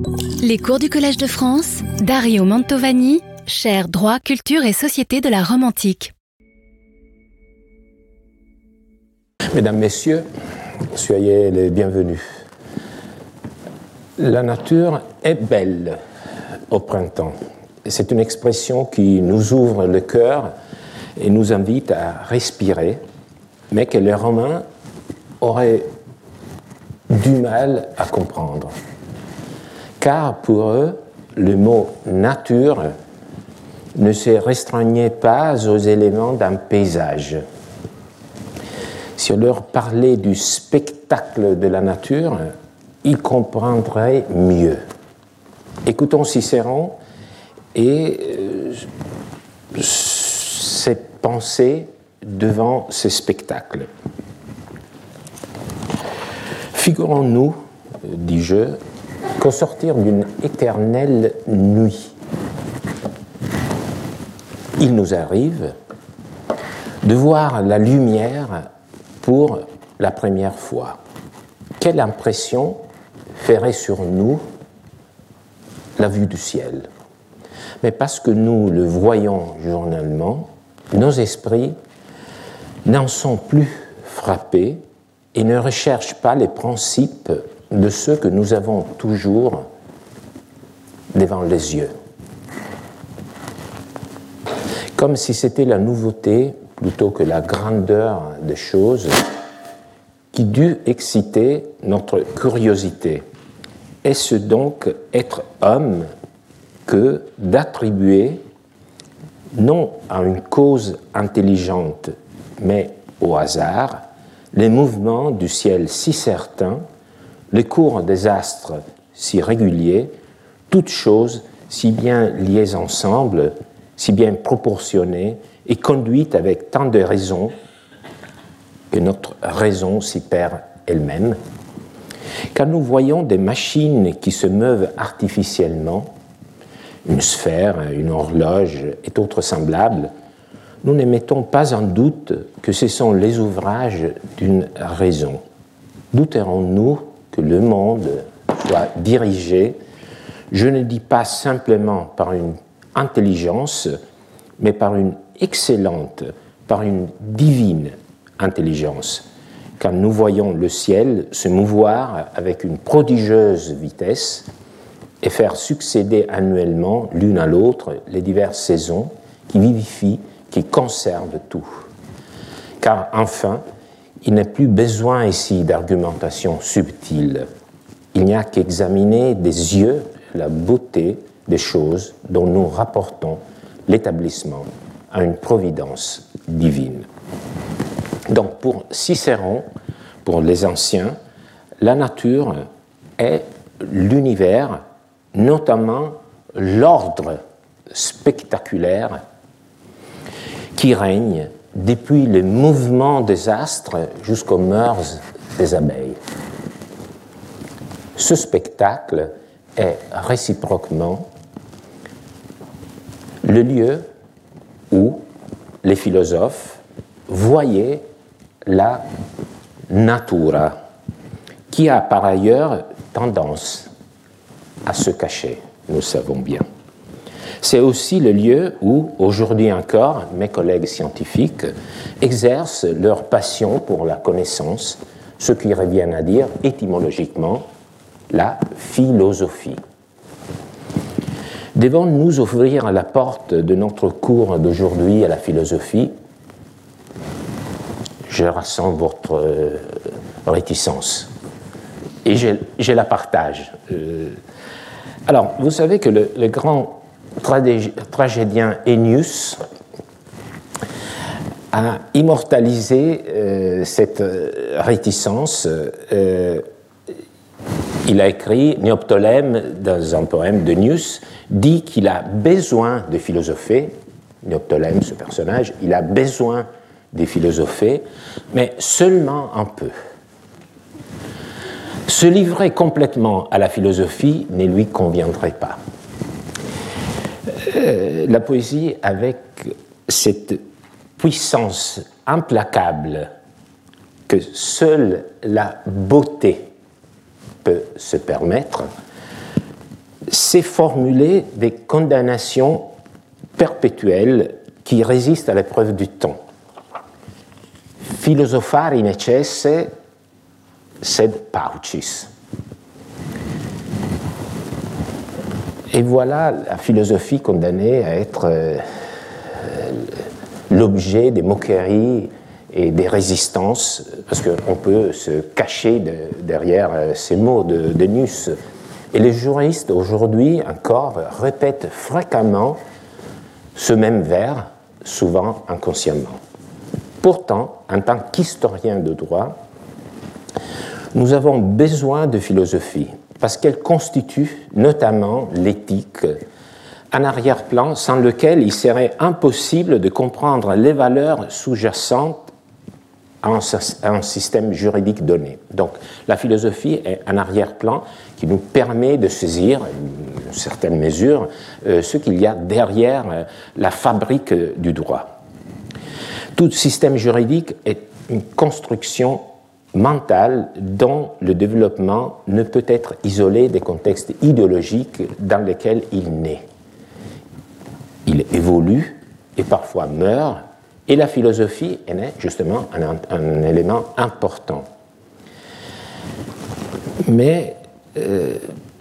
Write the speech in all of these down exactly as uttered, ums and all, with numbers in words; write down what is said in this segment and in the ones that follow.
Les cours du Collège de France, Dario Mantovani, chaire Droit, Culture et Société de la Rome antique. Mesdames, Messieurs, soyez les bienvenus. La nature est belle au printemps. C'est une expression qui nous ouvre le cœur et nous invite à respirer, mais que les Romains auraient du mal à comprendre. Car pour eux, le mot « nature » ne se restreignait pas aux éléments d'un paysage. Si on leur parlait du spectacle de la nature, ils comprendraient mieux. Écoutons Cicéron et euh, ses pensées devant ce spectacle. Figurons-nous, dis-je, qu'au sortir d'une éternelle nuit, il nous arrive de voir la lumière pour la première fois. Quelle impression ferait sur nous la vue du ciel? Mais parce que nous le voyons journellement, nos esprits n'en sont plus frappés et ne recherchent pas les principes de ceux que nous avons toujours devant les yeux. Comme si c'était la nouveauté plutôt que la grandeur des choses qui dut exciter notre curiosité. Est-ce donc être homme que d'attribuer non à une cause intelligente, mais au hasard, les mouvements du ciel si certains, les cours des astres si réguliers, toutes choses si bien liées ensemble, si bien proportionnées et conduites avec tant de raison que notre raison s'y perd elle-même. Quand nous voyons des machines qui se meuvent artificiellement, une sphère, une horloge et autres semblables, nous ne mettons pas en doute que ce sont les ouvrages d'une raison. Douterons-nous que le monde soit dirigé, je ne dis pas simplement par une intelligence, mais par une excellente, par une divine intelligence. Quand nous voyons le ciel se mouvoir avec une prodigieuse vitesse et faire succéder annuellement l'une à l'autre les diverses saisons qui vivifient, qui conservent tout. Car enfin, il n'est plus besoin ici d'argumentation subtile. Il n'y a qu'examiner des yeux la beauté des choses dont nous rapportons l'établissement à une providence divine. Donc pour Cicéron, pour les anciens, la nature est l'univers, notamment l'ordre spectaculaire qui règne depuis le mouvement des astres jusqu'aux mœurs des abeilles. Ce spectacle est réciproquement le lieu où les philosophes voyaient la natura, qui a par ailleurs tendance à se cacher, nous savons bien. C'est aussi le lieu où, aujourd'hui encore, mes collègues scientifiques exercent leur passion pour la connaissance, ce qui revient à dire étymologiquement la philosophie. Devons-nous ouvrir la porte de notre cours d'aujourd'hui à la philosophie? Je ressens votre euh, réticence et je, je la partage. Euh, alors, vous savez que le, le grand tragédien Ennius a immortalisé euh, cette réticence. Euh, il a écrit, Néoptolème, dans un poème d'Ennius, dit qu'il a besoin de philosopher. Néoptolème, ce personnage, il a besoin de philosopher, mais seulement un peu. Se livrer complètement à la philosophie ne lui conviendrait pas. Euh, la poésie, avec cette puissance implacable que seule la beauté peut se permettre, c'est formuler des condamnations perpétuelles qui résistent à l'épreuve du temps. Philosophare in excesse sed paucis. Et voilà la philosophie condamnée à être euh, l'objet des moqueries et des résistances, parce qu'on peut se cacher de, derrière ces mots de, de Nuss. Et les juristes aujourd'hui encore répètent fréquemment ce même vers, souvent inconsciemment. Pourtant, en tant qu'historien de droit, nous avons besoin de philosophie, parce qu'elle constitue notamment l'éthique, un arrière-plan sans lequel il serait impossible de comprendre les valeurs sous-jacentes à un système juridique donné. Donc, la philosophie est un arrière-plan qui nous permet de saisir, dans certaines mesures, euh, ce qu'il y a derrière euh, la fabrique du droit. Tout système juridique est une construction mentale dont le développement ne peut être isolé des contextes idéologiques dans lesquels il naît. Il évolue et parfois meurt, et la philosophie en est justement un, un élément important. Mais euh,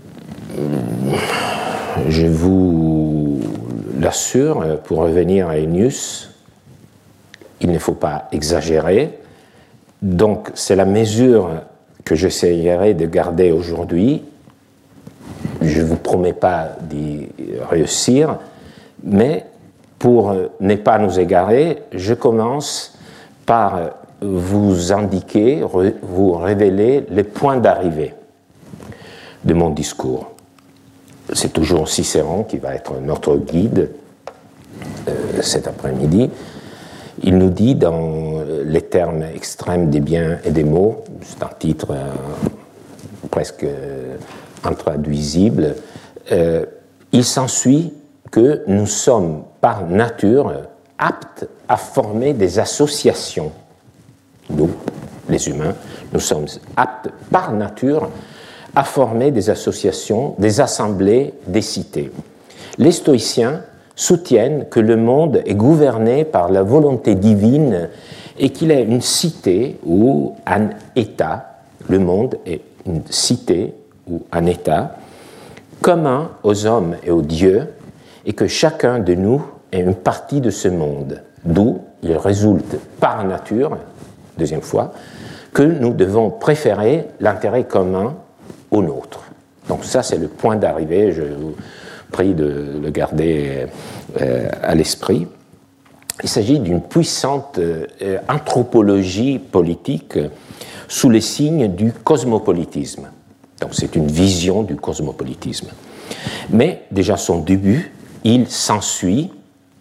je vous l'assure, pour revenir à Ennius, il ne faut pas exagérer. Donc c'est la mesure que j'essayerai de garder aujourd'hui. Je ne vous promets pas d'y réussir, mais pour ne pas nous égarer, je commence par vous indiquer, vous révéler les points d'arrivée de mon discours. C'est toujours Cicéron qui va être notre guide euh, cet après-midi. Il nous dit dans les termes extrêmes des biens et des maux, c'est un titre euh, presque euh, intraduisible, euh, il s'ensuit que nous sommes par nature aptes à former des associations. Nous, les humains, nous sommes aptes par nature à former des associations, des assemblées, des cités. Les stoïciens soutiennent que le monde est gouverné par la volonté divine et qu'il est une cité ou un État, le monde est une cité ou un État, commun aux hommes et aux dieux, et que chacun de nous est une partie de ce monde, d'où il résulte par nature, deuxième fois, que nous devons préférer l'intérêt commun au nôtre. Donc ça, c'est le point d'arrivée, je vous prie de le garder euh, à l'esprit. Il s'agit d'une puissante euh, anthropologie politique sous les signes du cosmopolitisme. Donc c'est une vision du cosmopolitisme. Mais déjà son début, il s'ensuit,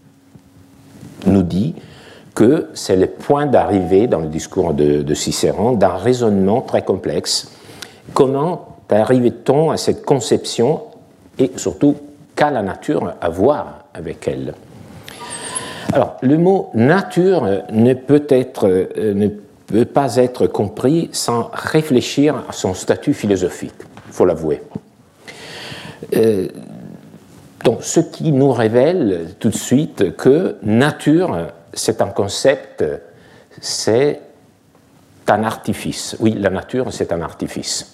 nous dit que c'est le point d'arrivée dans le discours de, de Cicéron d'un raisonnement très complexe. Comment arrive-t-on à cette conception et surtout qu'a la nature à voir avec elle? Alors, le mot nature ne peut être, ne peut pas être compris sans réfléchir à son statut philosophique, il faut l'avouer. Euh, Donc, ce qui nous révèle tout de suite que nature, c'est un concept, c'est un artifice. Oui, la nature, c'est un artifice.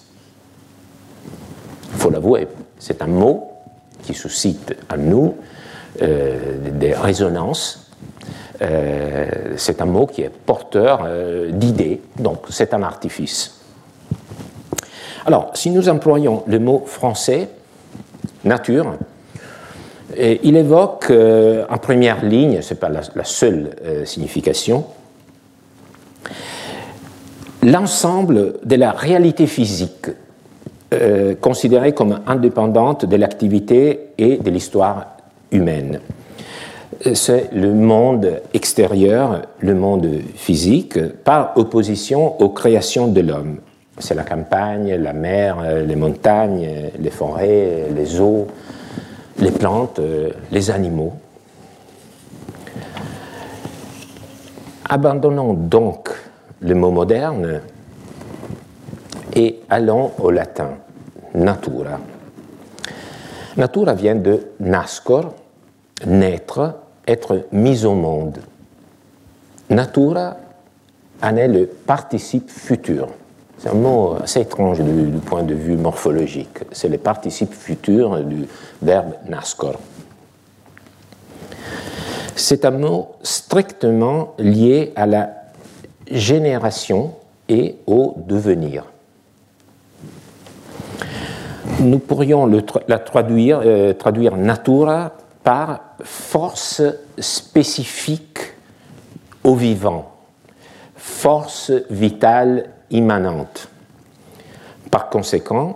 Il faut l'avouer, c'est un mot qui suscite en nous euh, des résonances. Euh, c'est un mot qui est porteur euh, d'idées, donc c'est un artifice. Alors, si nous employons le mot français, nature, et il évoque euh, en première ligne, ce n'est pas la, la seule euh, signification, l'ensemble de la réalité physique euh, considérée comme indépendante de l'activité et de l'histoire humaine. C'est le monde extérieur, le monde physique, par opposition aux créations de l'homme. C'est la campagne, la mer, les montagnes, les forêts, les eaux, les plantes, les animaux. Abandonnons donc le mot moderne et allons au latin, natura. Natura vient de nascor, naître, être mis au monde. Natura en est le participe futur. C'est un mot assez étrange du, du point de vue morphologique. C'est le participe futur du verbe nascor. C'est un mot strictement lié à la génération et au devenir. Nous pourrions le, la traduire, euh, traduire natura par force spécifique au vivant, force vitale immanente. Par conséquent,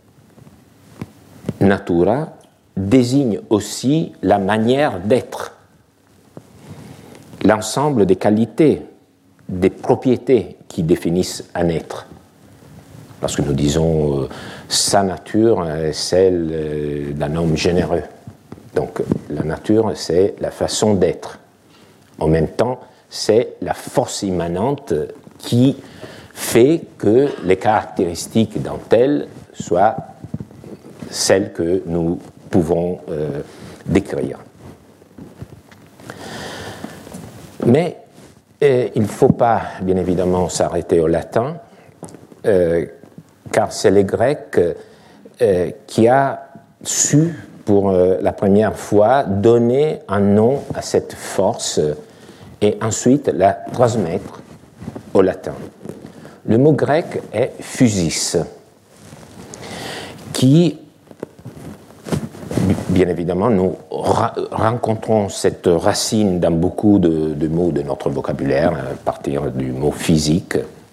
natura désigne aussi la manière d'être, l'ensemble des qualités, des propriétés qui définissent un être. Lorsque nous disons euh, sa nature est celle euh, d'un homme généreux. Donc la nature, c'est la façon d'être. En même temps, c'est la force immanente qui fait que les caractéristiques d'un tel soient celles que nous pouvons euh, décrire. Mais euh, il ne faut pas, bien évidemment, s'arrêter au latin, euh, car c'est le grec euh, qui a su, pour euh, la première fois, donner un nom à cette force euh, et ensuite la transmettre au latin. Le mot grec est physis, qui, bien évidemment, nous ra- rencontrons cette racine dans beaucoup de, de mots de notre vocabulaire, à partir du mot physique.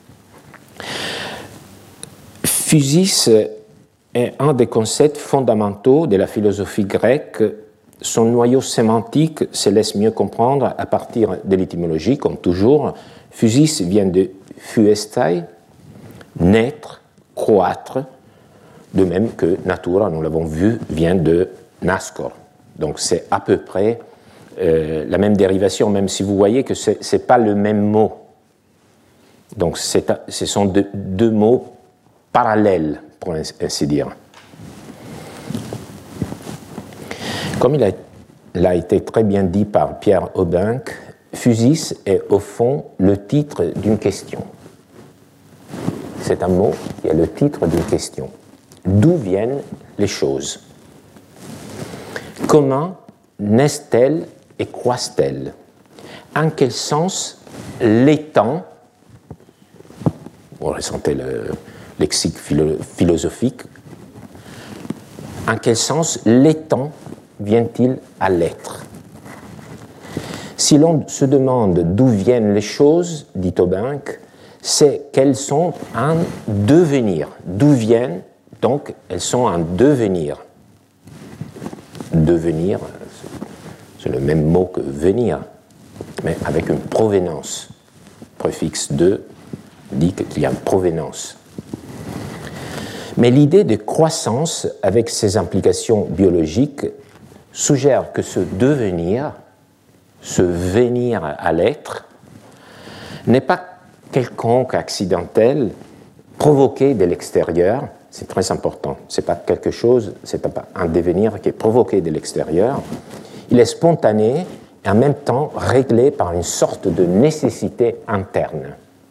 Physis est un des concepts fondamentaux de la philosophie grecque. Son noyau sémantique se laisse mieux comprendre à partir de l'étymologie, comme toujours. Physis vient de phuestai, naître, croître, de même que natura, nous l'avons vu, vient de nascor. Donc c'est à peu près euh, la même dérivation, même si vous voyez que ce n'est pas le même mot. Donc c'est, ce sont deux, deux mots parallèles, pour ainsi dire. Comme il a, il a été très bien dit par Pierre Aubinck, physis est au fond le titre d'une question. C'est un mot qui est le titre d'une question. D'où viennent les choses? Comment naissent-elles et croissent-elles? En quel sens l'étant, vous ressentez le lexique philo- philosophique, en quel sens l'étant vient-il à l'être? Si l'on se demande d'où viennent les choses, dit Aubinck, c'est qu'elles sont en devenir. D'où viennent, donc, elles sont en devenir. Devenir, c'est le même mot que venir, mais avec une provenance. Préfixe de dit qu'il y a une provenance. Mais l'idée de croissance, avec ses implications biologiques, suggère que ce devenir, ce venir à l'être, n'est pas quelconque, accidentel, provoqué de l'extérieur. C'est très important. Ce n'est pas quelque chose, ce n'est pas un devenir qui est provoqué de l'extérieur. Il est spontané et en même temps réglé par une sorte de nécessité interne.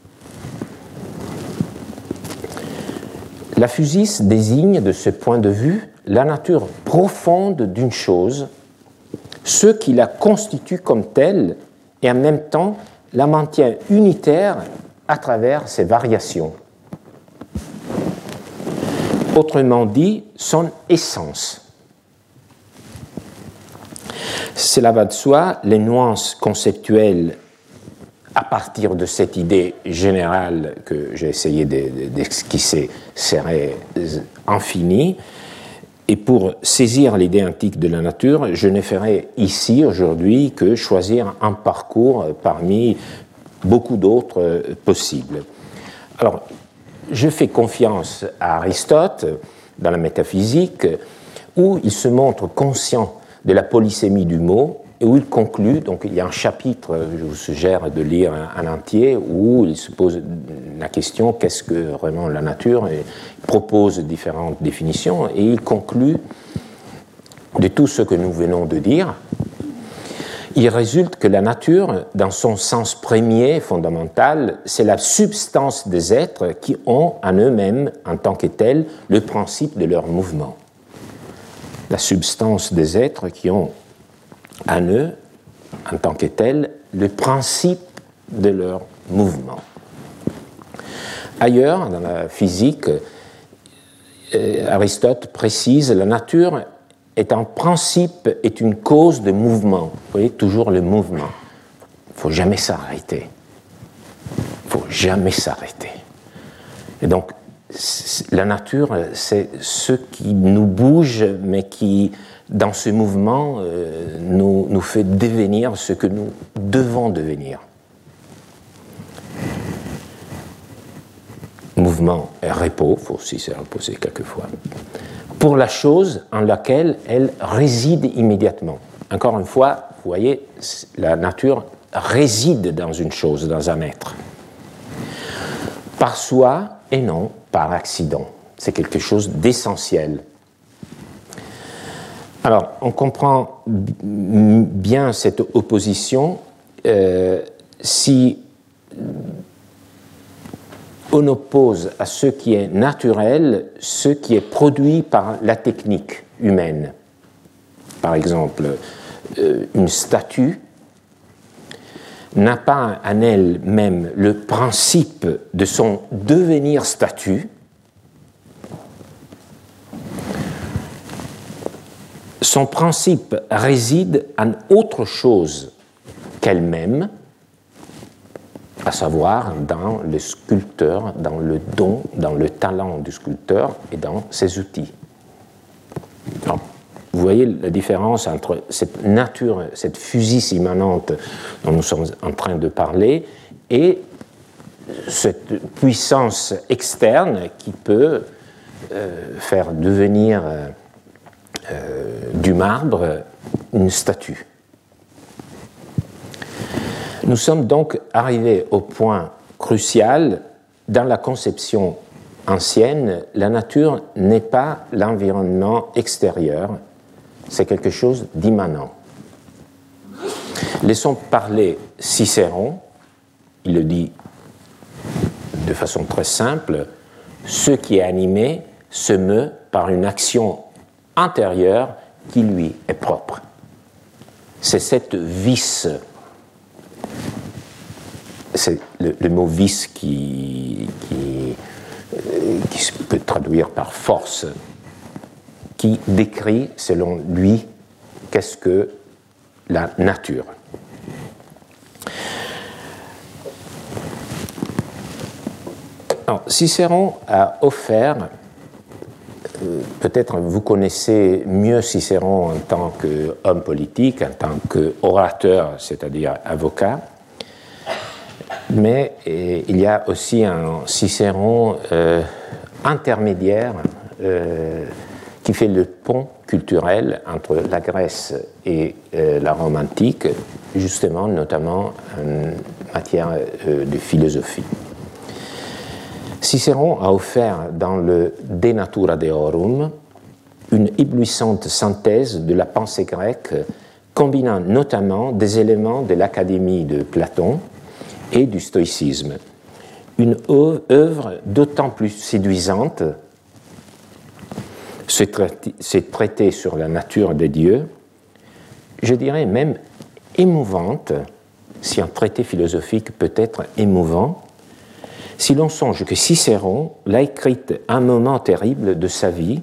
La physis désigne, de ce point de vue, la nature profonde d'une chose, ce qui la constitue comme telle et en même temps la maintient unitaire à travers ses variations. Autrement dit, son essence. Cela va de soi, les nuances conceptuelles à partir de cette idée générale que j'ai essayé d'esquisser seraient infinies. Et pour saisir l'idée antique de la nature, je ne ferai ici aujourd'hui que choisir un parcours parmi beaucoup d'autres possibles. Alors, je fais confiance à Aristote dans la métaphysique, où il se montre conscient de la polysémie du mot, et où il conclut, donc il y a un chapitre, je vous suggère de lire en entier, où il se pose la question, qu'est-ce que vraiment la nature, et il propose différentes définitions, et il conclut de tout ce que nous venons de dire, il résulte que la nature, dans son sens premier, fondamental, c'est la substance des êtres qui ont en eux-mêmes, en tant que tels, le principe de leur mouvement. La substance des êtres qui ont en eux, en tant que tels, le principe de leur mouvement. Ailleurs, dans la physique, Aristote précise la nature est en principe est une cause de mouvement. Vous voyez, toujours le mouvement. Il ne faut jamais s'arrêter. Il ne faut jamais s'arrêter. Et donc, la nature, c'est ce qui nous bouge, mais qui, dans ce mouvement, euh, nous, nous fait devenir ce que nous devons devenir. Mouvement et repos, il faut aussi se reposer quelquefois, pour la chose en laquelle elle réside immédiatement. Encore une fois, vous voyez, la nature réside dans une chose, dans un être. Par soi et non par accident. C'est quelque chose d'essentiel. Alors, on comprend bien cette opposition euh, si on oppose à ce qui est naturel ce qui est produit par la technique humaine. Par exemple, euh, une statue n'a pas en elle-même le principe de son devenir statue. Son principe réside en autre chose qu'elle-même, à savoir dans le sculpteur, dans le don, dans le talent du sculpteur et dans ses outils. Alors, vous voyez la différence entre cette nature, cette physis immanente dont nous sommes en train de parler et cette puissance externe qui peut euh, faire devenir euh, euh, du marbre une statue. Nous sommes donc arrivés au point crucial. Dans la conception ancienne, la nature n'est pas l'environnement extérieur, c'est quelque chose d'immanent. Laissons parler Cicéron, il le dit de façon très simple, ce qui est animé se meut par une action intérieure qui lui est propre. C'est cette vis. C'est le, le mot vis qui, qui, qui se peut traduire par force, qui décrit, selon lui, qu'est-ce que la nature. Alors, Cicéron a offert, euh, peut-être vous connaissez mieux Cicéron en tant qu'homme politique, en tant qu'orateur, c'est-à-dire avocat, mais et, il y a aussi un Cicéron euh, intermédiaire euh, qui fait le pont culturel entre la Grèce et euh, la Rome antique, justement, notamment en matière euh, de philosophie. Cicéron a offert dans le De Natura Deorum une éblouissante synthèse de la pensée grecque, combinant notamment des éléments de l'Académie de Platon et du stoïcisme. Une œuvre d'autant plus séduisante, ce traité sur la nature des dieux, je dirais même émouvante, si un traité philosophique peut être émouvant, si l'on songe que Cicéron l'a écrite à un moment terrible de sa vie,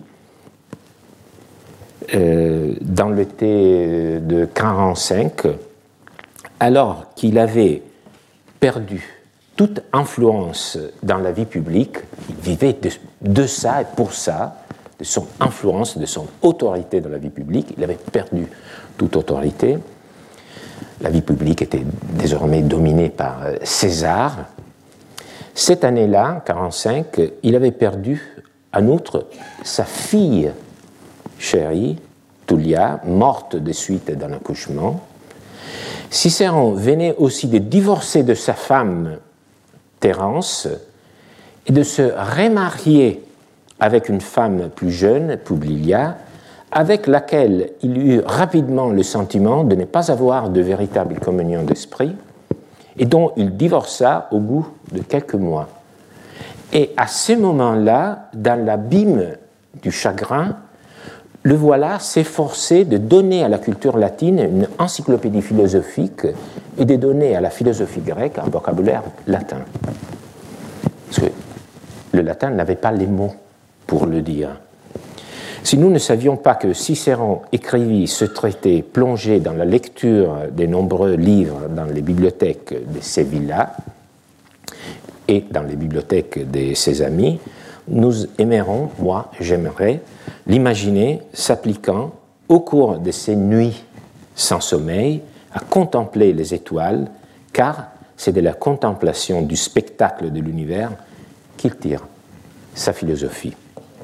euh, dans l'été de quarante-cinq, alors qu'il avait perdu toute influence dans la vie publique, il vivait de, de ça et pour ça, de son influence, de son autorité dans la vie publique, il avait perdu toute autorité. La vie publique était désormais dominée par César. Cette année-là, quarante-cinq, il avait perdu, en outre, sa fille chérie, Tullia, morte de suite d'un accouchement. Cicéron venait aussi de divorcer de sa femme, Thérence, et de se remarier avec une femme plus jeune, Publilia, avec laquelle il eut rapidement le sentiment de ne pas avoir de véritable communion d'esprit, et dont il divorça au bout de quelques mois. Et à ce moment-là, dans l'abîme du chagrin, le voilà s'efforcer de donner à la culture latine une encyclopédie philosophique et de donner à la philosophie grecque un vocabulaire latin. Parce que le latin n'avait pas les mots pour le dire. Si nous ne savions pas que Cicéron écrivit ce traité plongé dans la lecture des nombreux livres dans les bibliothèques de ses villas et dans les bibliothèques de ses amis, nous aimerions, moi j'aimerais, l'imaginer s'appliquant au cours de ces nuits sans sommeil à contempler les étoiles, car c'est de la contemplation du spectacle de l'univers qu'il tire sa philosophie.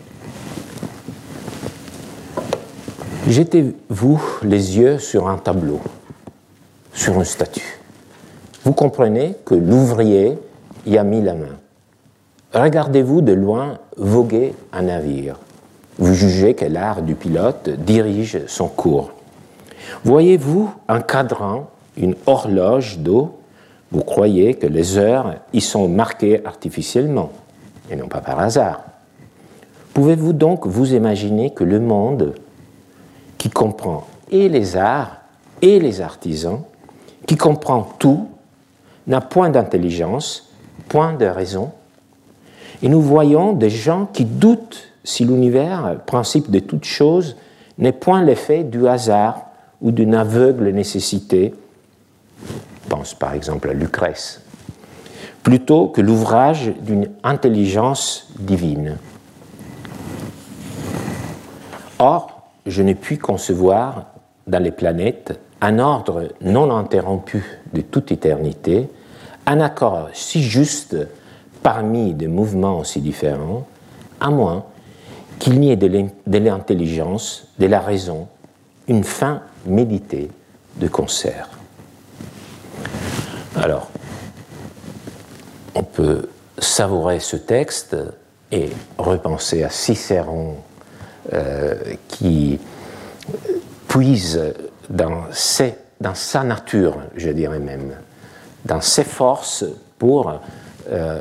Jetez-vous les yeux sur un tableau, sur une statue. Vous comprenez que l'ouvrier y a mis la main. Regardez-vous de loin voguer un navire. Vous jugez que l'art du pilote dirige son cours. Voyez-vous un cadran, une horloge d'eau, vous croyez que les heures y sont marquées artificiellement, et non pas par hasard. Pouvez-vous donc vous imaginer que le monde, qui comprend et les arts et les artisans, qui comprend tout, n'a point d'intelligence, point de raison, et nous voyons des gens qui doutent si l'univers, principe de toute chose, n'est point l'effet du hasard ou d'une aveugle nécessité, pense par exemple à Lucrèce, plutôt que l'ouvrage d'une intelligence divine. Or, je ne puis concevoir dans les planètes un ordre non interrompu de toute éternité, un accord si juste parmi des mouvements si différents, à moins qu'il n'y ait de l'intelligence, de la raison, une fin méditée de concert. Alors, on peut savourer ce texte et repenser à Cicéron euh, qui puise dans, ses, dans sa nature, je dirais même, dans ses forces pour, euh,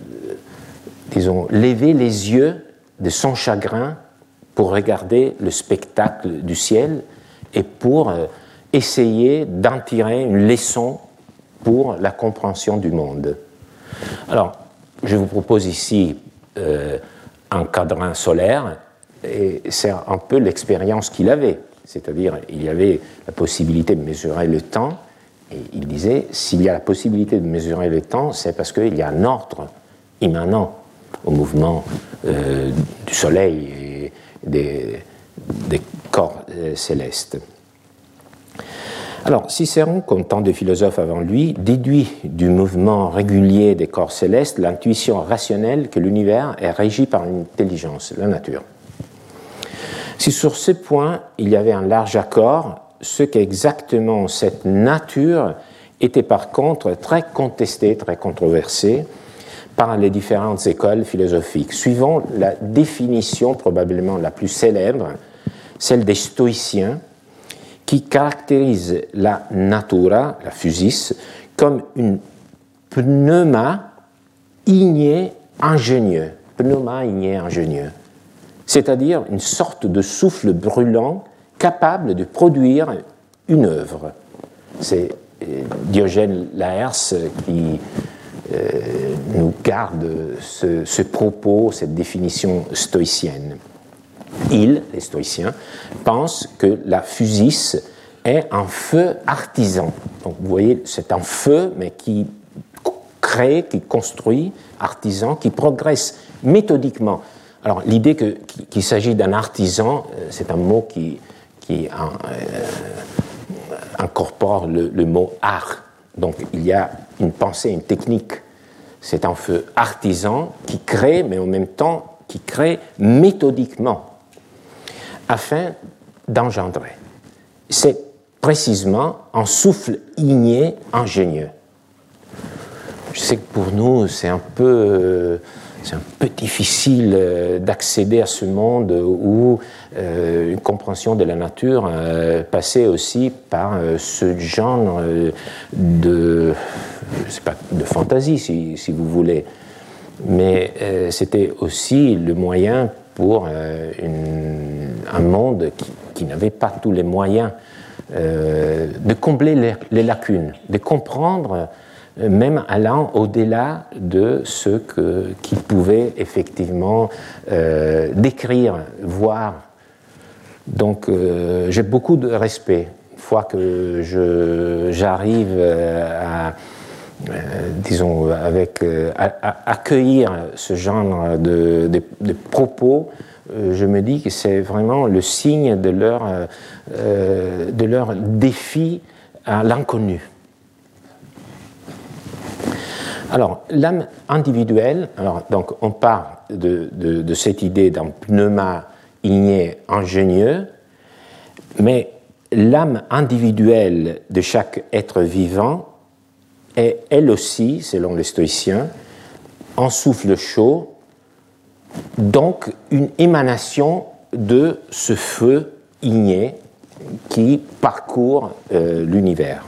disons, lever les yeux de son chagrin pour regarder le spectacle du ciel et pour euh, essayer d'en tirer une leçon pour la compréhension du monde. Alors, je vous propose ici euh, un cadran solaire, et c'est un peu l'expérience qu'il avait, c'est-à-dire il y avait la possibilité de mesurer le temps, et il disait, s'il y a la possibilité de mesurer le temps, c'est parce qu'il y a un ordre immanent au mouvement euh, du Soleil et des, des corps euh, célestes. Alors, Cicéron, comme tant de philosophes avant lui, déduit du mouvement régulier des corps célestes l'intuition rationnelle que l'univers est régi par une intelligence, la nature. Si sur ce point il y avait un large accord, ce qu'exactement cette nature était par contre très contesté, très controversé par les différentes écoles philosophiques, suivant la définition probablement la plus célèbre, celle des stoïciens, qui caractérise la natura, la physis, comme une pneuma igné ingénieux, pneuma igné ingénieux, c'est-à-dire une sorte de souffle brûlant capable de produire une œuvre. C'est Diogène Laërce qui euh, nous garde ce, ce propos, cette définition stoïcienne. Ils, les stoïciens, pensent que la physis est un feu artisan. Donc vous voyez, c'est un feu, mais qui crée, qui construit, artisan, qui progresse méthodiquement. Alors l'idée que, qu'il s'agit d'un artisan, c'est un mot qui, qui un, euh, incorpore le, le mot art. Donc il y a une pensée, une technique. C'est un feu artisan qui crée, mais en même temps qui crée méthodiquement, afin d'engendrer. C'est précisément un souffle igné ingénieux. Je sais que pour nous, c'est un peu euh, c'est un peu difficile euh, d'accéder à ce monde où euh, une compréhension de la nature euh, passait aussi par euh, ce genre euh, de, je sais pas, de fantaisie, si, si vous voulez. Mais euh, c'était aussi le moyen pour euh, une, un monde qui, qui n'avait pas tous les moyens euh, de combler les, les lacunes, de comprendre, euh, même allant au-delà de ce que, qu'il pouvait effectivement euh, décrire, voir. Donc euh, j'ai beaucoup de respect. Une fois que je, j'arrive à Euh, disons, avec, euh, à, à accueillir ce genre de, de, de propos, euh, je me dis que c'est vraiment le signe de leur, euh, de leur défi à l'inconnu. Alors, l'âme individuelle, alors, donc, on part de, de, de cette idée d'un pneuma igné ingénieux, mais l'âme individuelle de chaque être vivant est elle aussi, selon les stoïciens, un souffle chaud, donc une émanation de ce feu igné qui parcourt euh, l'univers.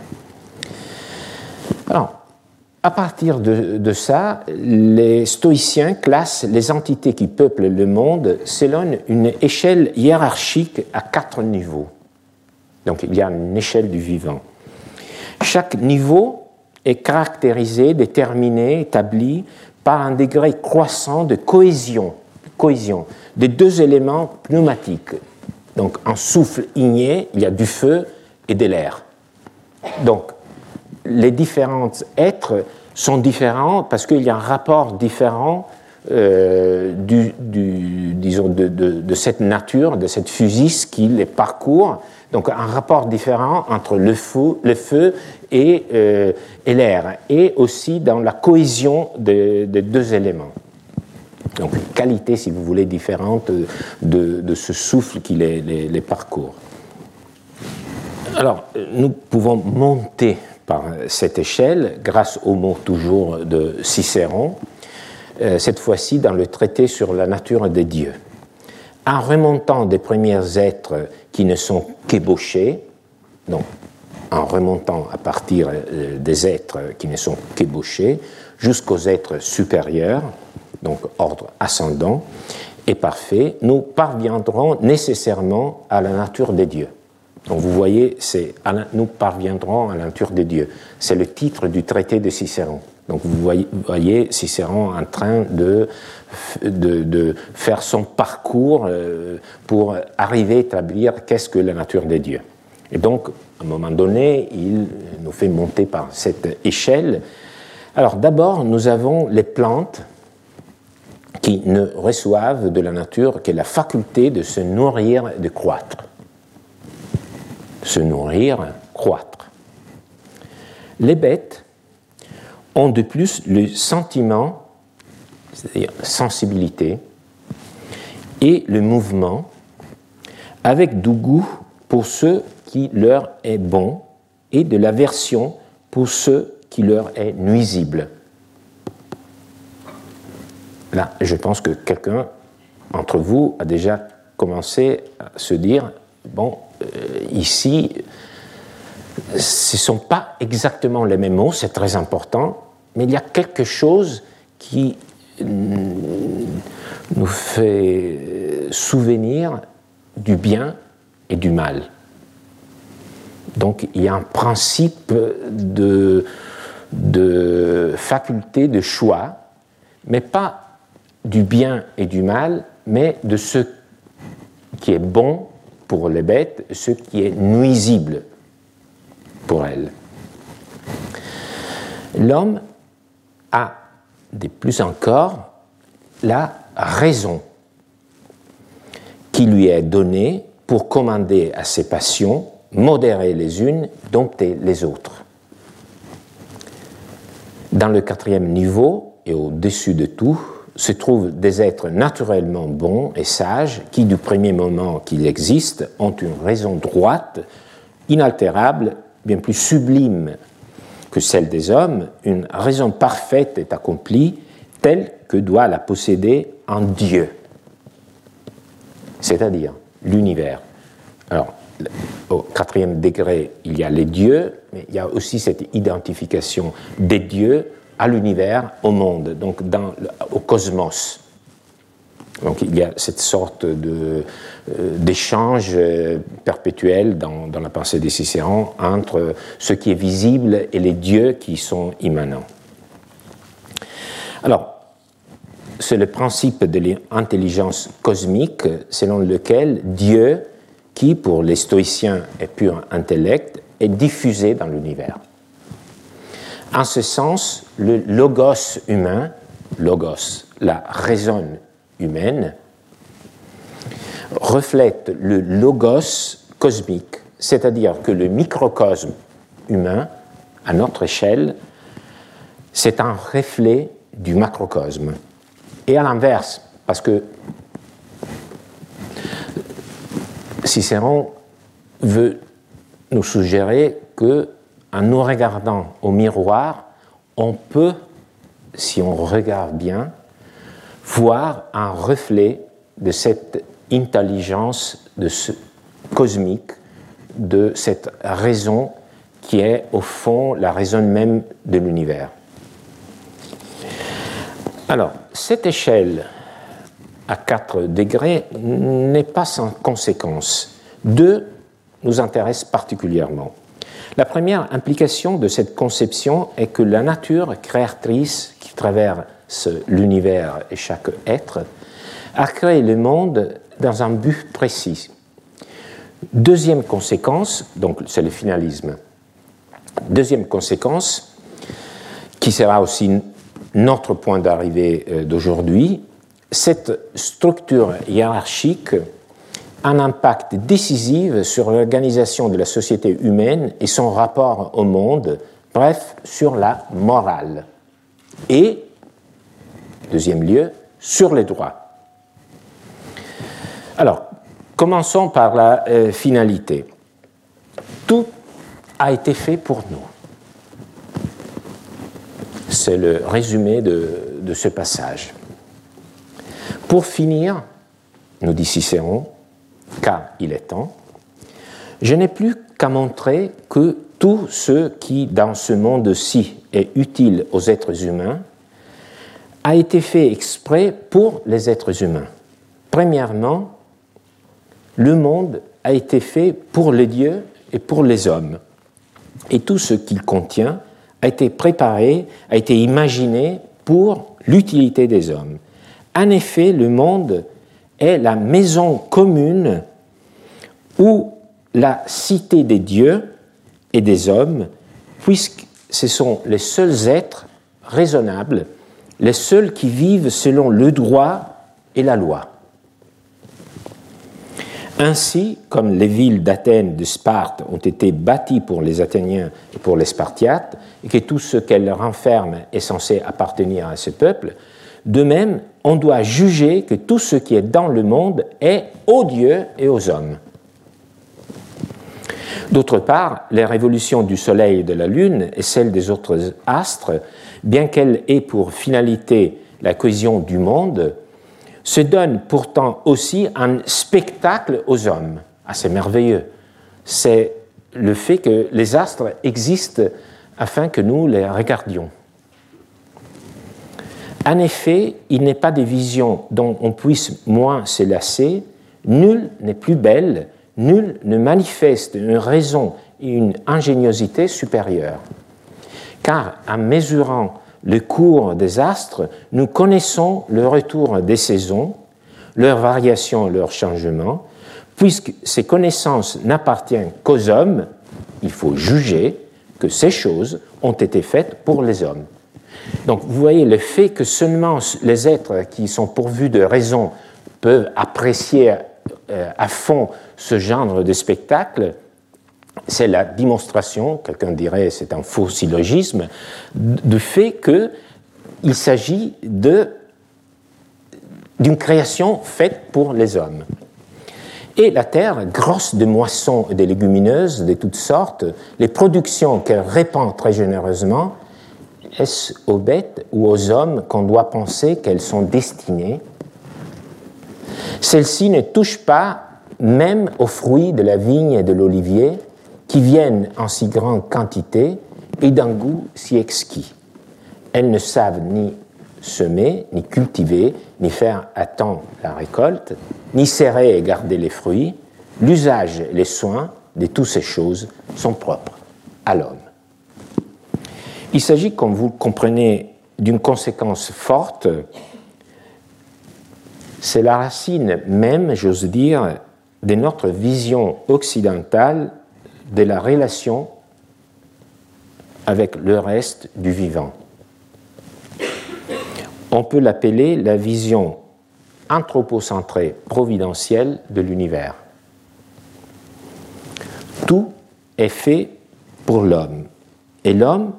Alors, à partir de, de ça, les stoïciens classent les entités qui peuplent le monde selon une échelle hiérarchique à quatre niveaux. Donc, il y a une échelle du vivant. Chaque niveau est caractérisé, déterminé, établi par un degré croissant de cohésion, cohésion des deux éléments pneumatiques. Donc, un souffle igné, il y a du feu et de l'air. Donc, les différents êtres sont différents parce qu'il y a un rapport différent euh, du, du, disons, de, de, de cette nature, de cette physis qui les parcourt. Donc un rapport différent entre le feu, le feu et, euh, et l'air, et aussi dans la cohésion des de deux éléments. Donc une qualité, si vous voulez, différente de, de ce souffle qui les, les, les parcourt. Alors, nous pouvons monter par cette échelle grâce au mot toujours de Cicéron, euh, cette fois-ci dans le traité sur la nature des dieux. En remontant des premiers êtres qui ne sont qu'ébauchés, donc en remontant à partir des êtres qui ne sont qu'ébauchés, jusqu'aux êtres supérieurs, donc ordre ascendant et parfait, nous parviendrons nécessairement à la nature des dieux. Donc vous voyez, c'est nous parviendrons à la nature des dieux. C'est le titre du traité de Cicéron. Donc vous voyez, voyez Cicéron en train de, de, de faire son parcours pour arriver à établir qu'est-ce que la nature des dieux. Et donc, à un moment donné, il nous fait monter par cette échelle. Alors d'abord, nous avons les plantes qui ne reçoivent de la nature que la faculté de se nourrir et de croître. Se nourrir, croître. Les bêtes ont de plus le sentiment, c'est-à-dire sensibilité, et le mouvement, avec du goût pour ce qui leur est bon et de l'aversion pour ce qui leur est nuisible. Là, je pense que quelqu'un entre vous a déjà commencé à se dire, bon, euh, ici, ce ne sont pas exactement les mêmes mots, c'est très important, mais il y a quelque chose qui nous fait souvenir du bien et du mal. Donc il y a un principe de, de faculté de choix, mais pas du bien et du mal, mais de ce qui est bon pour les bêtes, ce qui est nuisible pour elles. L'homme a, de plus encore, la raison qui lui est donnée pour commander à ses passions, modérer les unes, dompter les autres. Dans le quatrième niveau, et au-dessus de tout, se trouvent des êtres naturellement bons et sages qui, du premier moment qu'ils existent, ont une raison droite, inaltérable, bien plus sublime que celle des hommes, une raison parfaite est accomplie telle que doit la posséder un Dieu, c'est-à-dire l'univers. Alors, au quatrième degré, il y a les dieux, mais il y a aussi cette identification des dieux à l'univers, au monde, donc dans, au cosmos. Donc il y a cette sorte de, euh, d'échange perpétuel dans, dans la pensée des Cicérons entre ce qui est visible et les dieux qui sont immanents. Alors, c'est le principe de l'intelligence cosmique selon lequel Dieu, qui pour les stoïciens est pur intellect, est diffusé dans l'univers. En ce sens, le logos humain, logos, la raison humaine, reflète le logos cosmique, c'est-à-dire que le microcosme humain, à notre échelle, c'est un reflet du macrocosme. Et à l'inverse, parce que Cicéron veut nous suggérer que, en nous regardant au miroir, on peut, si on regarde bien, voir un reflet de cette intelligence de ce cosmique, de cette raison qui est au fond la raison même de l'univers. Alors, cette échelle à quatre degrés n'est pas sans conséquence. Deux nous intéressent particulièrement. La première implication de cette conception est que la nature créatrice qui traverse l'univers et chaque être a créé le monde dans un but précis. Deuxième conséquence, donc c'est le finalisme. Deuxième conséquence, qui sera aussi notre point d'arrivée d'aujourd'hui, cette structure hiérarchique a un impact décisif sur l'organisation de la société humaine et son rapport au monde, bref, sur la morale. Et, deuxième lieu, sur les droits. Alors, commençons par la euh, finalité. Tout a été fait pour nous. C'est le résumé de, de ce passage. Pour finir, nous dit Cicéron, car il est temps, je n'ai plus qu'à montrer que tout ce qui, dans ce monde-ci, est utile aux êtres humains, a été fait exprès pour les êtres humains. Premièrement, le monde a été fait pour les dieux et pour les hommes. Et tout ce qu'il contient a été préparé, a été imaginé pour l'utilité des hommes. En effet, le monde est la maison commune où la cité des dieux et des hommes, puisque ce sont les seuls êtres raisonnables, les seuls qui vivent selon le droit et la loi. Ainsi, comme les villes d'Athènes, de Sparte ont été bâties pour les Athéniens et pour les Spartiates, et que tout ce qu'elles renferment est censé appartenir à ce peuple, de même, on doit juger que tout ce qui est dans le monde est aux dieux et aux hommes. D'autre part, les révolutions du Soleil et de la Lune et celles des autres astres, bien qu'elles aient pour finalité la cohésion du monde, se donnent pourtant aussi un spectacle aux hommes. Ah, c'est merveilleux. C'est le fait que les astres existent afin que nous les regardions. En effet, il n'est pas des visions dont on puisse moins se lasser, nulle n'est plus belle, nul ne manifeste une raison et une ingéniosité supérieure. Car en mesurant le cours des astres, nous connaissons le retour des saisons, leurs variations et leurs changements. Puisque ces connaissances n'appartiennent qu'aux hommes, il faut juger que ces choses ont été faites pour les hommes. Donc vous voyez, le fait que seulement les êtres qui sont pourvus de raison peuvent apprécier à fond ce genre de spectacle, c'est la démonstration, quelqu'un dirait c'est un faux syllogisme, du fait qu'il s'agit de, d'une création faite pour les hommes. Et la terre, grosse de moissons et de légumineuses de toutes sortes, les productions qu'elle répand très généreusement, Est-ce aux bêtes ou aux hommes qu'on doit penser qu'elles sont destinées? Celles-ci ne touchent pas même aux fruits de la vigne et de l'olivier, qui viennent en si grande quantité et d'un goût si exquis. Elles ne savent ni semer, ni cultiver, ni faire à temps la récolte, ni serrer et garder les fruits. L'usage et les soins de toutes ces choses sont propres à l'homme. Il s'agit, comme vous le comprenez, d'une conséquence forte. C'est la racine même, j'ose dire, de notre vision occidentale de la relation avec le reste du vivant. On peut l'appeler la vision anthropocentrée providentielle de l'univers. Tout est fait pour l'homme, et l'homme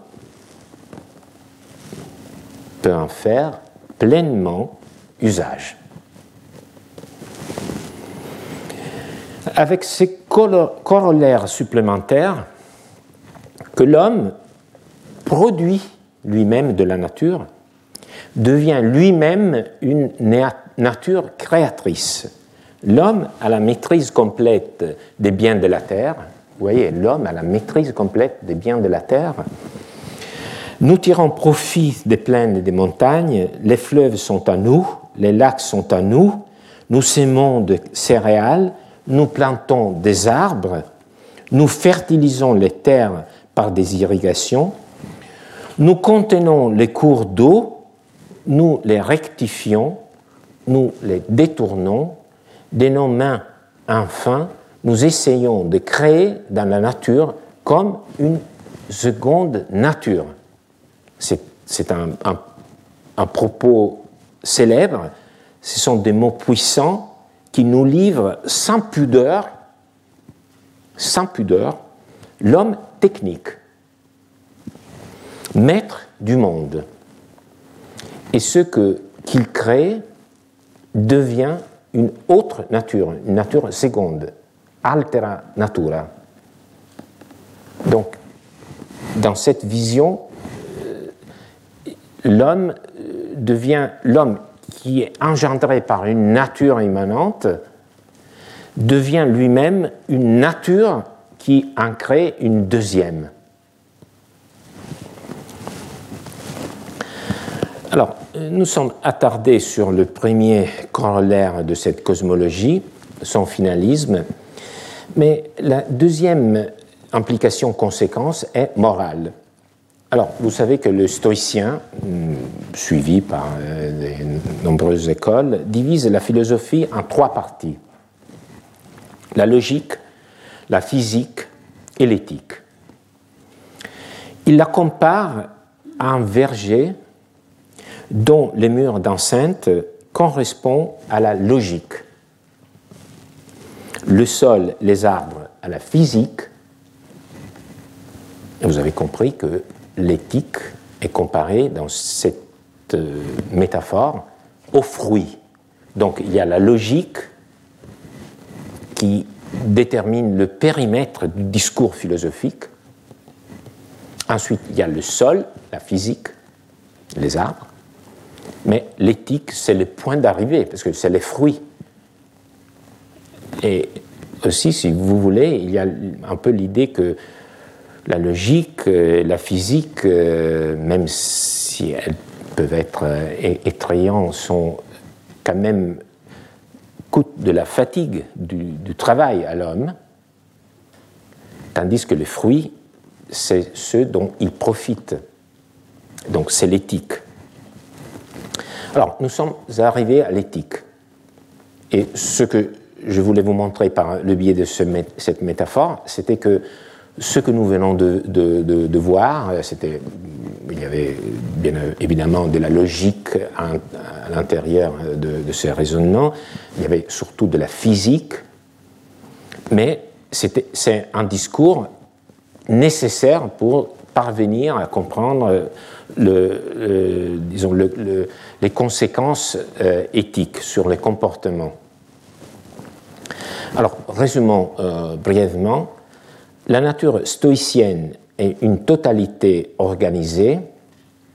peut en faire pleinement usage. Avec ces corollaires supplémentaires que l'homme produit lui-même de la nature, devient lui-même une nature créatrice. L'homme a la maîtrise complète des biens de la terre. Vous voyez, l'homme a la maîtrise complète des biens de la terre. Nous tirons profit des plaines et des montagnes, les fleuves sont à nous, les lacs sont à nous, nous sémons de céréales, nous plantons des arbres, nous fertilisons les terres par des irrigations, nous contenons les cours d'eau, nous les rectifions, nous les détournons, de nos mains enfin, nous essayons de créer dans la nature comme une seconde nature. C'est, c'est un, un, un propos célèbre, ce sont des mots puissants qui nous livrent sans pudeur, sans pudeur, l'homme technique, maître du monde. Et ce que, qu'il crée devient une autre nature, une nature seconde, altera natura. Donc, dans cette vision, l'homme devient l'homme qui est engendré par une nature immanente, devient lui-même une nature qui en crée une deuxième. Alors, nous sommes attardés sur le premier corollaire de cette cosmologie, son finalisme, mais la deuxième implication, conséquence, est morale. Alors, vous savez que le stoïcien, suivi par de nombreuses écoles, divise la philosophie en trois parties: la logique, la physique et l'éthique. Il la compare à un verger dont les murs d'enceinte correspondent à la logique, le sol, les arbres à la physique. Et vous avez compris que l'éthique est comparée dans cette euh, métaphore aux fruits. Donc il y a la logique qui détermine le périmètre du discours philosophique. Ensuite, il y a le sol, la physique, les arbres. Mais l'éthique, c'est le point d'arrivée, parce que c'est les fruits. Et aussi, si vous voulez, il y a un peu l'idée que la logique, la physique, même si elles peuvent être effrayantes, sont quand même coûtent de la fatigue du, du travail à l'homme, tandis que les fruits, c'est ceux dont il profite. Donc c'est l'éthique. Alors, nous sommes arrivés à l'éthique. Et ce que je voulais vous montrer par le biais de ce, cette métaphore, c'était que ce que nous venons de, de, de, de voir, c'était, il y avait bien évidemment de la logique à, à l'intérieur de, de ces raisonnements, il y avait surtout de la physique, mais c'était, c'est un discours nécessaire pour parvenir à comprendre le, le, disons, le, le, les conséquences euh, éthiques sur les comportements. Alors, résumons euh, brièvement. La nature stoïcienne est une totalité organisée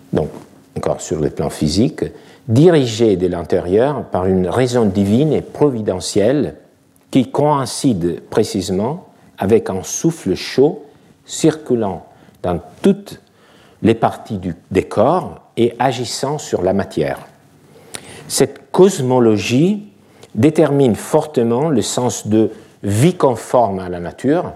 donc encore sur le plan physique, dirigé de l'intérieur par une raison divine et providentielle qui coïncide précisément avec un souffle chaud circulant dans toutes les parties du, des corps et agissant sur la matière. Cette cosmologie détermine fortement le sens de vie conforme à la nature.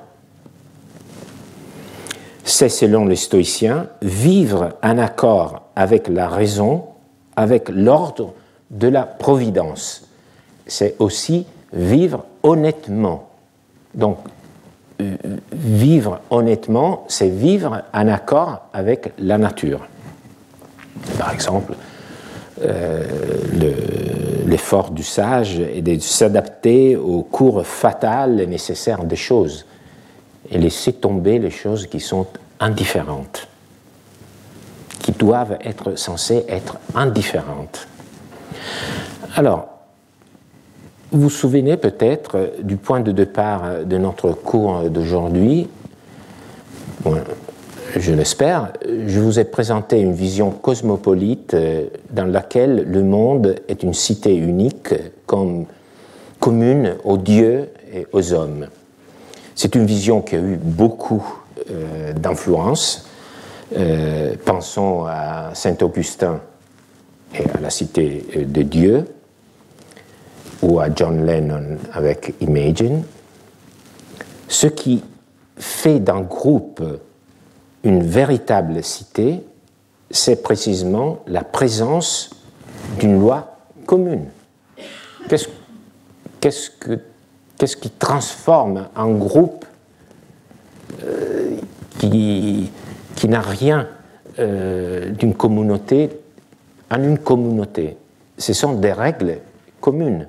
C'est, selon les stoïciens, vivre en accord avec la raison, avec l'ordre de la providence. C'est aussi vivre honnêtement. Donc, euh, vivre honnêtement, c'est vivre en accord avec la nature. Par exemple, euh, le, l'effort du sage est de s'adapter au cours fatal et nécessaire des choses et laisser tomber les choses qui sont indifférentes, qui doivent être censées être indifférentes. Alors, vous vous souvenez peut-être du point de départ de notre cours d'aujourd'hui. Bon, je l'espère. Je vous ai présenté une vision cosmopolite dans laquelle le monde est une cité unique, comme commune aux dieux et aux hommes. C'est une vision qui a eu beaucoup euh, d'influence. Euh, pensons à saint Augustin et à la cité de Dieu, ou à John Lennon avec Imagine. Ce qui fait d'un groupe une véritable cité, c'est précisément la présence d'une loi commune. Qu'est-ce, qu'est-ce, que, qu'est-ce qui transforme un groupe euh, qui, qui n'a rien euh, d'une communauté en une communauté? Ce sont des règles communes.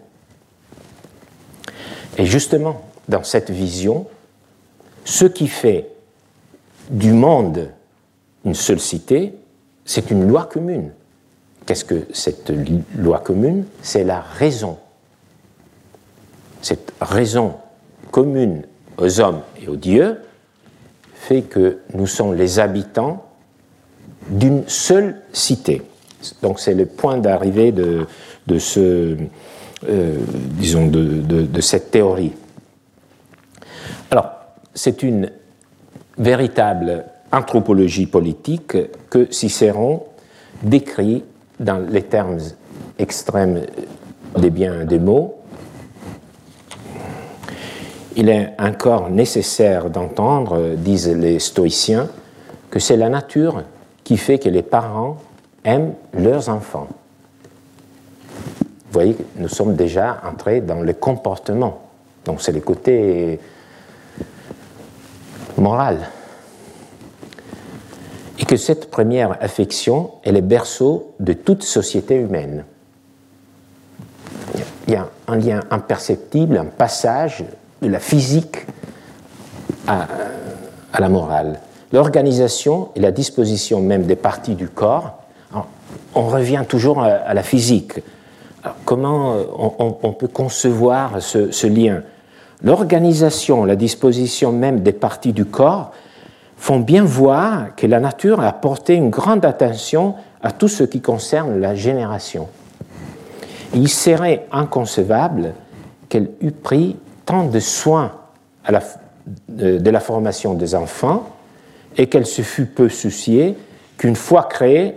Et justement, dans cette vision, ce qui fait du monde une seule cité, c'est une loi commune. Qu'est-ce que cette loi commune? C'est la raison. Cette raison commune aux hommes et aux dieux fait que nous sommes les habitants d'une seule cité. Donc c'est le point d'arrivée de, de ce... Euh, disons, de, de, de cette théorie. Alors, c'est une véritable anthropologie politique que Cicéron décrit dans les termes extrêmes des biens et des maux. Il est encore nécessaire d'entendre, disent les stoïciens, que c'est la nature qui fait que les parents aiment leurs enfants. Vous voyez, nous sommes déjà entrés dans le comportement. Donc c'est le côté moral. Et que cette première affection est le berceau de toute société humaine. Il y a un lien imperceptible, un passage de la physique à, à la morale. L'organisation et la disposition même des parties du corps, on revient toujours à, à la physique. Alors, comment on, on peut concevoir ce, ce lien? L'organisation, la disposition même des parties du corps font bien voir que la nature a porté une grande attention à tout ce qui concerne la génération. Il serait inconcevable qu'elle eût pris tant de soin à la, de, de la formation des enfants et qu'elle se fût peu souciée qu'une fois créés,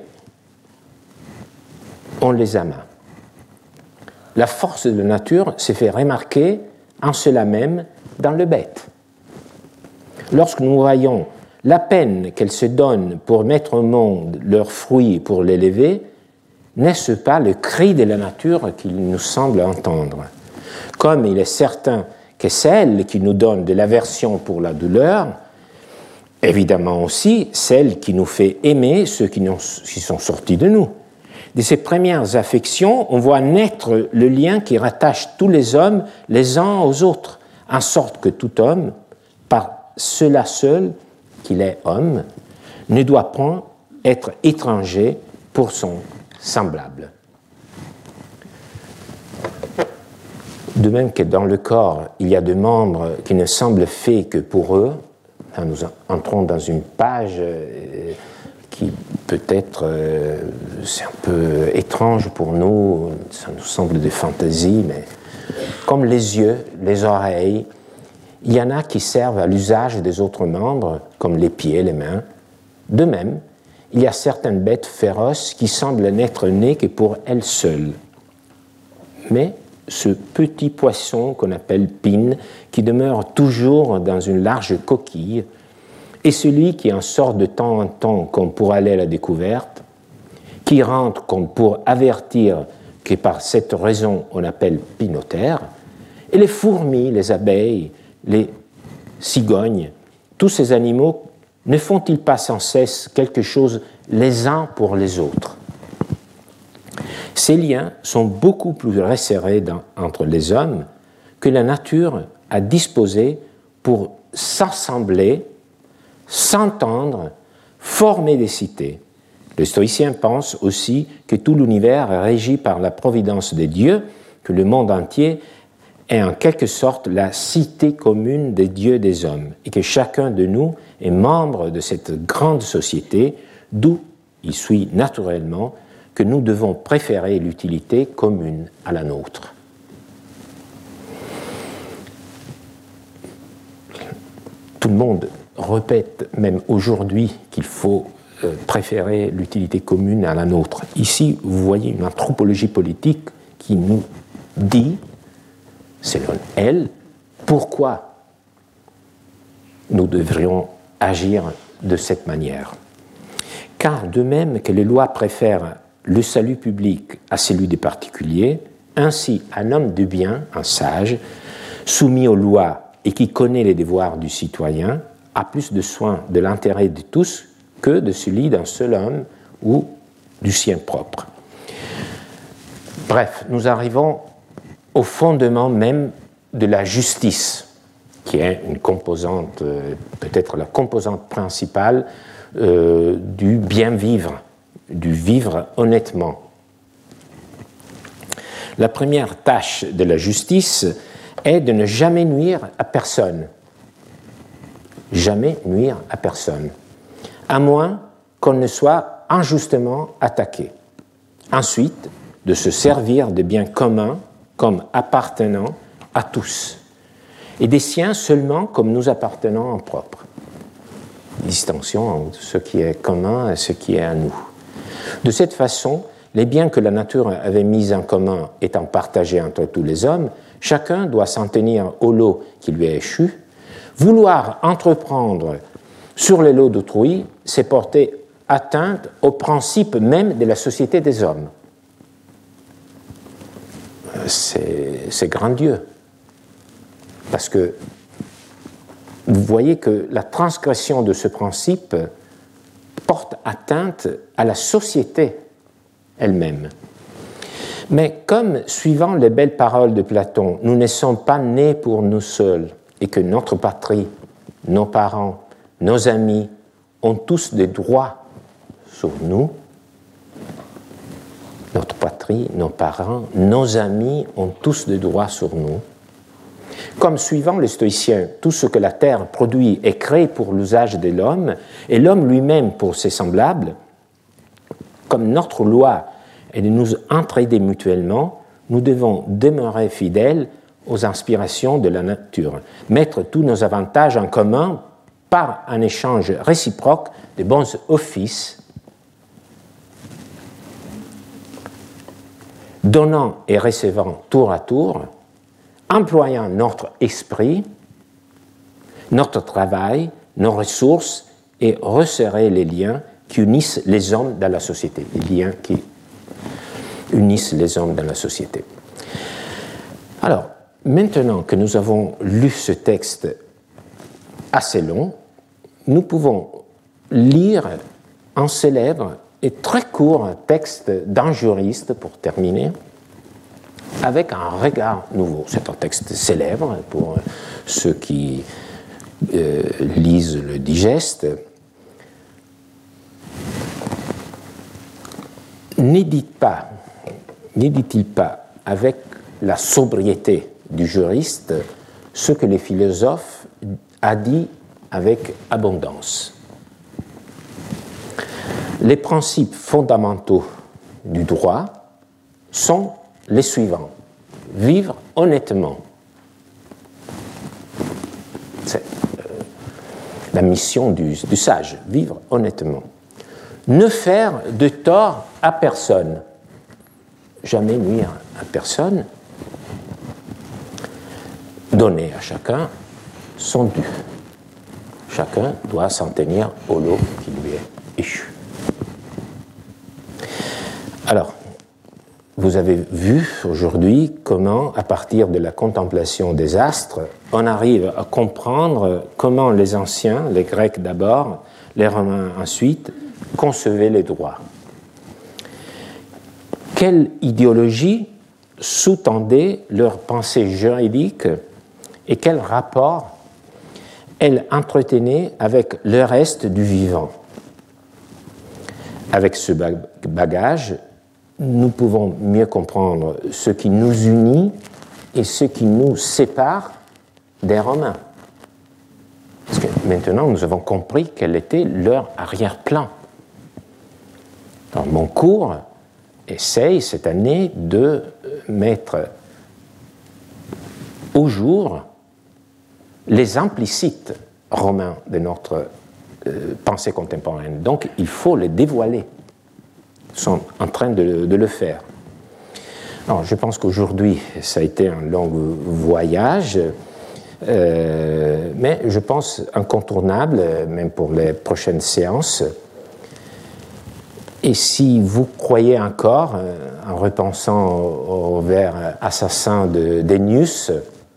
on les ama. La force de la nature s'est fait remarquer en cela même dans le bête. Lorsque nous voyons la peine qu'elles se donnent pour mettre au monde leurs fruits et pour l'élever, n'est-ce pas le cri de la nature qu'il nous semble entendre? Comme il est certain que c'est elle qui nous donne de l'aversion pour la douleur, évidemment aussi celle qui nous fait aimer ceux qui, qui sont sortis de nous. De ces premières affections, on voit naître le lien qui rattache tous les hommes les uns aux autres, en sorte que tout homme, par cela seul qu'il est homme, ne doit point être étranger pour son semblable. De même que dans le corps, il y a des membres qui ne semblent faits que pour eux, nous entrons dans une page qui peut-être, euh, c'est un peu étrange pour nous, ça nous semble des fantaisies, mais comme les yeux, les oreilles, il y en a qui servent à l'usage des autres membres, comme les pieds, les mains. De même, il y a certaines bêtes féroces qui semblent n'être nées que pour elles seules. Mais ce petit poisson qu'on appelle pine, qui demeure toujours dans une large coquille, est celui qui en sort de temps en temps comme pour aller à la découverte, qui rentre comme pour avertir que par cette raison on appelle pinotère, et les fourmis, les abeilles, les cigognes, tous ces animaux ne font-ils pas sans cesse quelque chose les uns pour les autres? Ces liens sont beaucoup plus resserrés dans, entre les hommes que la nature a disposé pour s'assembler, s'entendre, former des cités. Le stoïcien pense aussi que tout l'univers est régi par la providence des dieux, que le monde entier est en quelque sorte la cité commune des dieux et des hommes, et que chacun de nous est membre de cette grande société, d'où il suit naturellement que nous devons préférer l'utilité commune à la nôtre. Tout le monde répète, même aujourd'hui, qu'il faut euh, préférer l'utilité commune à la nôtre. Ici, vous voyez une anthropologie politique qui nous dit, selon elle, pourquoi nous devrions agir de cette manière. Car de même que les lois préfèrent le salut public à celui des particuliers, ainsi un homme de bien, un sage, soumis aux lois et qui connaît les devoirs du citoyen, a plus de soin de l'intérêt de tous que de celui d'un seul homme ou du sien propre. Bref, nous arrivons au fondement même de la justice, qui est une composante, peut-être la composante principale euh, du bien vivre, du vivre honnêtement. La première tâche de la justice est de ne jamais nuire à personne. Jamais nuire à personne, à moins qu'on ne soit injustement attaqué. Ensuite, de se servir des biens communs comme appartenant à tous, et des siens seulement comme nous appartenant en propre. Distinction entre ce qui est commun et ce qui est à nous. De cette façon, les biens que la nature avait mis en commun étant partagés entre tous les hommes, chacun doit s'en tenir au lot qui lui est échu. Vouloir entreprendre sur les lots d'autrui, c'est porter atteinte au principe même de la société des hommes. C'est, c'est grandiose. Parce que vous voyez que la transgression de ce principe porte atteinte à la société elle-même. Mais comme, suivant les belles paroles de Platon, nous ne sommes pas nés pour nous seuls et que notre patrie, nos parents, nos amis ont tous des droits sur nous, notre patrie, nos parents, nos amis ont tous des droits sur nous. Comme suivant les stoïciens, tout ce que la terre produit est créé pour l'usage de l'homme et l'homme lui-même pour ses semblables, comme notre loi est de nous entraider mutuellement, nous devons demeurer fidèles aux inspirations de la nature, mettre tous nos avantages en commun par un échange réciproque de bons offices, donnant et recevant tour à tour, employant notre esprit, notre travail, nos ressources et resserrer les liens qui unissent les hommes dans la société, les liens qui unissent les hommes dans la société. Alors, maintenant que nous avons lu ce texte assez long, nous pouvons lire un célèbre et très court texte d'un juriste, pour terminer, avec un regard nouveau. C'est un texte célèbre pour ceux qui euh, lisent le digeste. Ne dites pas, ne dit-il pas avec la sobriété du juriste ce que les philosophes a dit avec abondance. Les principes fondamentaux du droit sont les suivants. Vivre honnêtement. C'est euh, la mission du, du sage, vivre honnêtement. Ne faire de tort à personne. Jamais nuire à personne. Donner à chacun son dû. Chacun doit s'en tenir au lot qui lui est échu. Alors, vous avez vu aujourd'hui comment, à partir de la contemplation des astres, on arrive à comprendre comment les anciens, les Grecs d'abord, les Romains ensuite, concevaient les droits. Quelle idéologie sous-tendait leur pensée juridique et quel rapport elle entretenait avec le reste du vivant. Avec ce bagage, nous pouvons mieux comprendre ce qui nous unit et ce qui nous sépare des Romains. Parce que maintenant, nous avons compris quel était leur arrière-plan. Dans mon cours, essaye cette année de mettre au jour les implicites romains de notre euh, pensée contemporaine. Donc, il faut les dévoiler. Ils sont en train de, de le faire. Alors, je pense qu'aujourd'hui, ça a été un long voyage, euh, mais je pense incontournable, même pour les prochaines séances. Et si vous croyez encore, euh, en repensant au, au vers assassin de d'Ennius,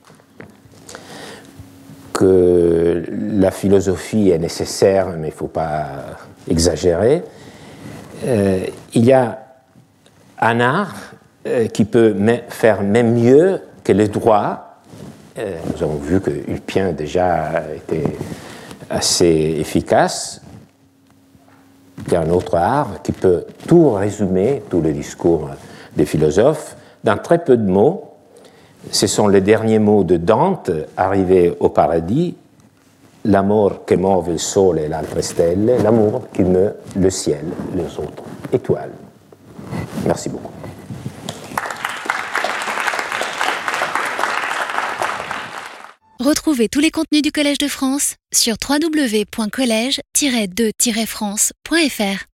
que la philosophie est nécessaire, mais il ne faut pas exagérer, euh, il y a un art euh, qui peut faire même mieux que le droit. Euh, nous avons vu que Ulpien déjà était assez efficace. Il y a un autre art qui peut tout résumer, tout le discours des philosophes, dans très peu de mots. Ce sont les derniers mots de Dante, arrivé au paradis, l'amour che muove il sole e le altre stelle, l'amour qui meut le ciel, les autres étoiles. Merci beaucoup. Retrouvez tous les contenus du Collège de France sur w w w point collège tiret de tiret france point f r.